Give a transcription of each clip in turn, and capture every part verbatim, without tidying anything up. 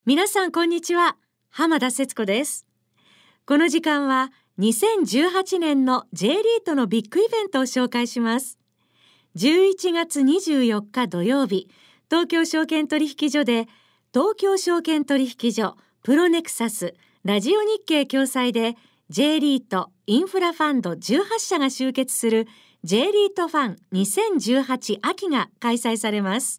皆さんこんにちは。浜田節子です。この時間はにせんじゅうはちねんの J リートのビッグイベントを紹介します。じゅういちがつにじゅうよっか土曜日、東京証券取引所で東京証券取引所プロネクサスラジオ日経共催で J リートインフラファンドじゅうはちしゃが集結する J リートファンにせんじゅうはち秋が開催されます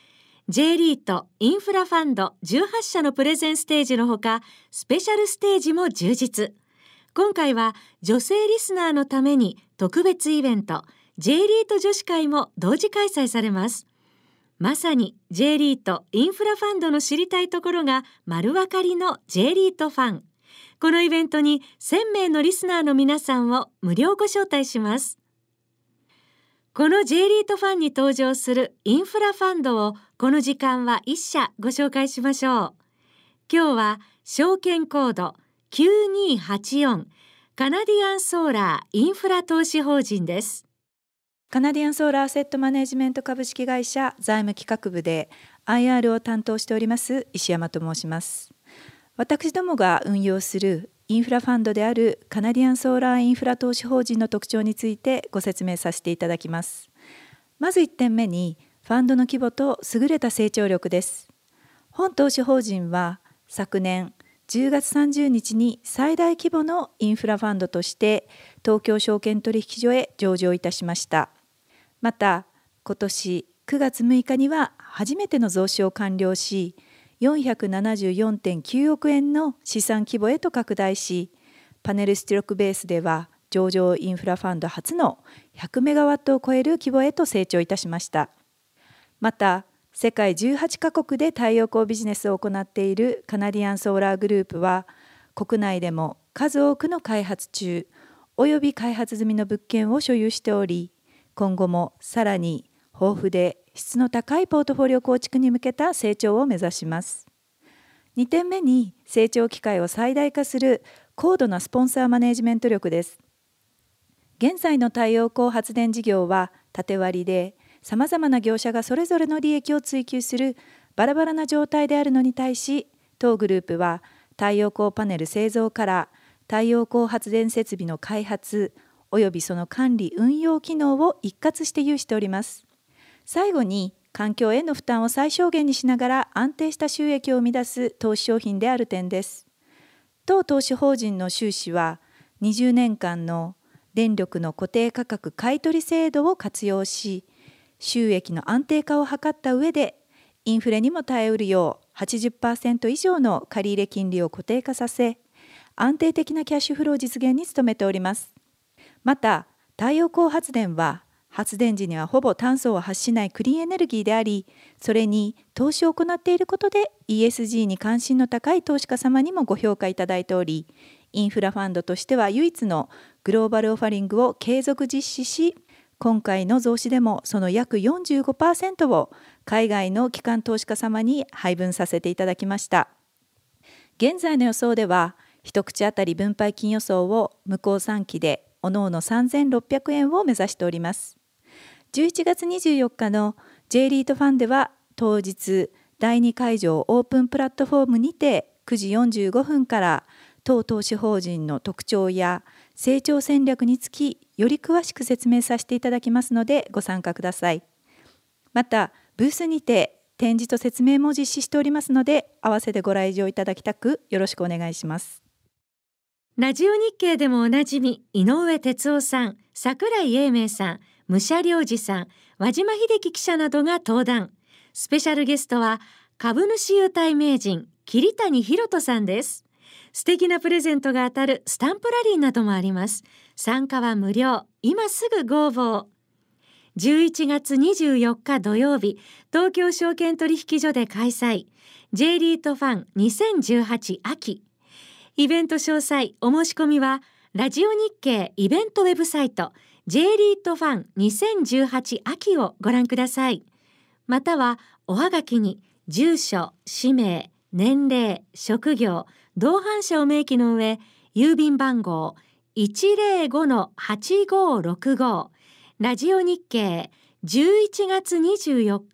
。J リートインフラファンドじゅうはちしゃのプレゼンステージのほか、スペシャルステージも充実。今回は女性リスナーのために特別イベント J リート女子会も同時開催されます。まさに J リートインフラファンドの知りたいところが丸分かりの J リートファン。このイベントにせんめいのリスナーの皆さんを無料ご招待します。この J リートファンに登場するインフラファンドをこの時間はいっしゃご紹介しましょう。今日は証券コードきゅうにーはちよんカナディアンソーラーインフラ投資法人です。 カナディアンソーラーアセットマネジメント株式会社財務企画部で アイアール を担当しております石山と申します。私どもが運用するインフラファンドであるカナディアンソーラーインフラ投資法人の特徴についてご説明させていただきます。まずいってんめにファンドの規模と優れた成長力です。本投資法人は昨年じゅうがつさんじゅうにちに最大規模のインフラファンドとして東京証券取引所へ上場いたしました。また今年くがつむいかには初めての増資を完了し、よんひゃくななじゅうよんてんきゅうおくえんの資産規模へと拡大し、パネル出力ベースでは上場インフラファンド初のひゃくメガワットを超える規模へと成長いたしました。また世界じゅうはちかこくで太陽光ビジネスを行っているカナディアンソーラーグループは、国内でも数多くの開発中および開発済みの物件を所有しており、今後もさらに豊富で質の高いポートフォリオ構築に向けた成長を目指します。にてんめに成長機会を最大化する高度なスポンサーマネジメント力です。現在の太陽光発電事業は縦割りで、さまざまな業者がそれぞれの利益を追求するバラバラな状態であるのに対し、当グループは太陽光パネル製造から太陽光発電設備の開発およびその管理運用機能を一括して有しております。最後に環境への負担を最小限にしながら安定した収益を生み出す投資商品である点です。当投資法人の収支はにじゅうねんかんの電力の固定価格買取制度を活用し、収益の安定化を図った上で、インフレにも耐えうるよう はちじゅっパーセント 以上の借入金利を固定化させ、安定的なキャッシュフロー実現に努めております。また太陽光発電は発電時にはほぼ炭素を発しないクリーンエネルギーであり、それに投資を行っていることで イーエスジー に関心の高い投資家様にもご評価いただいており、インフラファンドとしては唯一のグローバルオファリングを継続実施し、今回の増資でもその約 よんじゅうごパーセント を海外の機関投資家様に配分させていただきました。現在の予想では一口当たり分配金予想を向こうさんきでおのおのさんぜんろっぴゃくえんを目指しております。じゅういちがつにじゅうよっかの J リートファンでは当日だいに会場オープンプラットフォームにてくじよんじゅうごふんから当投資法人の特徴や成長戦略につきより詳しく説明させていただきますのでご参加ください。またブースにて展示と説明も実施しておりますので、合わせてご来場いただきたくよろしくお願いします。 ラジオ日経でもおなじみ井上哲夫さん、櫻井英明さん、武者良二さん、和島秀樹記者などが登壇。スペシャルゲストは株主優待名人桐谷博人さんです。素敵なプレゼントが当たるスタンプラリーなどもあります。参加は無料。今すぐご応募。じゅういちがつにじゅうよっか土曜日、東京証券取引所で開催 J リートファンにせんじゅうはち秋。イベント詳細お申し込みはラジオ日経イベントウェブサイト J リートファンにせんじゅうはち秋をご覧ください。またはおはがきに住所、氏名、年齢、職業、同伴者を明記の上、郵便番号 いちぜろごのはちごろくご ラジオ日経じゅういちがつにじゅうよっか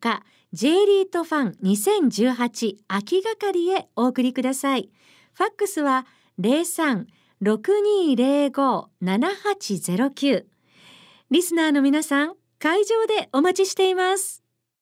J リートファンにせんじゅうはち秋係へお送りください。ファックスは ゼロさん ろくにーゼロご ななはちゼロきゅう。リスナーの皆さん、会場でお待ちしています。